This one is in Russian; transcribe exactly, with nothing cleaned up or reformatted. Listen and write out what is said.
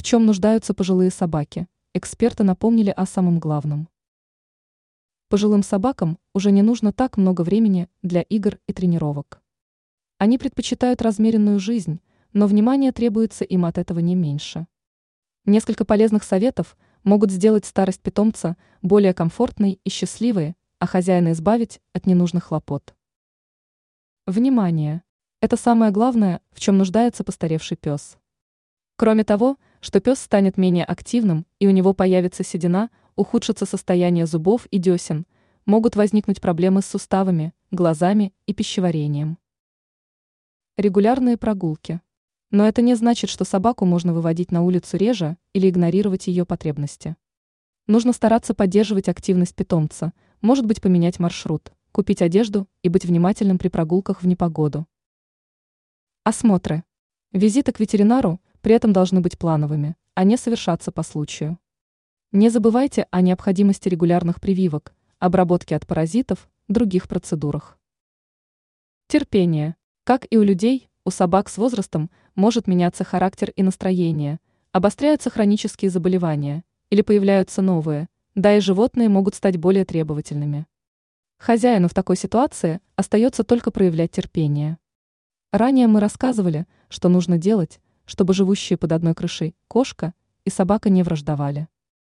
В чем нуждаются пожилые собаки? Эксперты напомнили о самом главном. Пожилым собакам уже не нужно так много времени для игр и тренировок. Они предпочитают размеренную жизнь, но внимание требуется им от этого не меньше. Несколько полезных советов могут сделать старость питомца более комфортной и счастливой, а хозяина избавить от ненужных хлопот. Внимание! Это самое главное, в чем нуждается постаревший пес. Кроме того, что пес станет менее активным и у него появится седина, ухудшится состояние зубов и десен, могут возникнуть проблемы с суставами, глазами и пищеварением. Регулярные прогулки. Но это не значит, что собаку можно выводить на улицу реже или игнорировать ее потребности. Нужно стараться поддерживать активность питомца, может быть, поменять маршрут, купить одежду и быть внимательным при прогулках в непогоду. Осмотры. Визиты к ветеринару при этом должны быть плановыми, а не совершаться по случаю. Не забывайте о необходимости регулярных прививок, обработки от паразитов, других процедурах. Терпение. Как и у людей, у собак с возрастом может меняться характер и настроение, обостряются хронические заболевания или появляются новые, да и животные могут стать более требовательными. Хозяину в такой ситуации остается только проявлять терпение. Ранее мы рассказывали, что нужно делать, чтобы живущие под одной крышей кошка и собака не враждовали.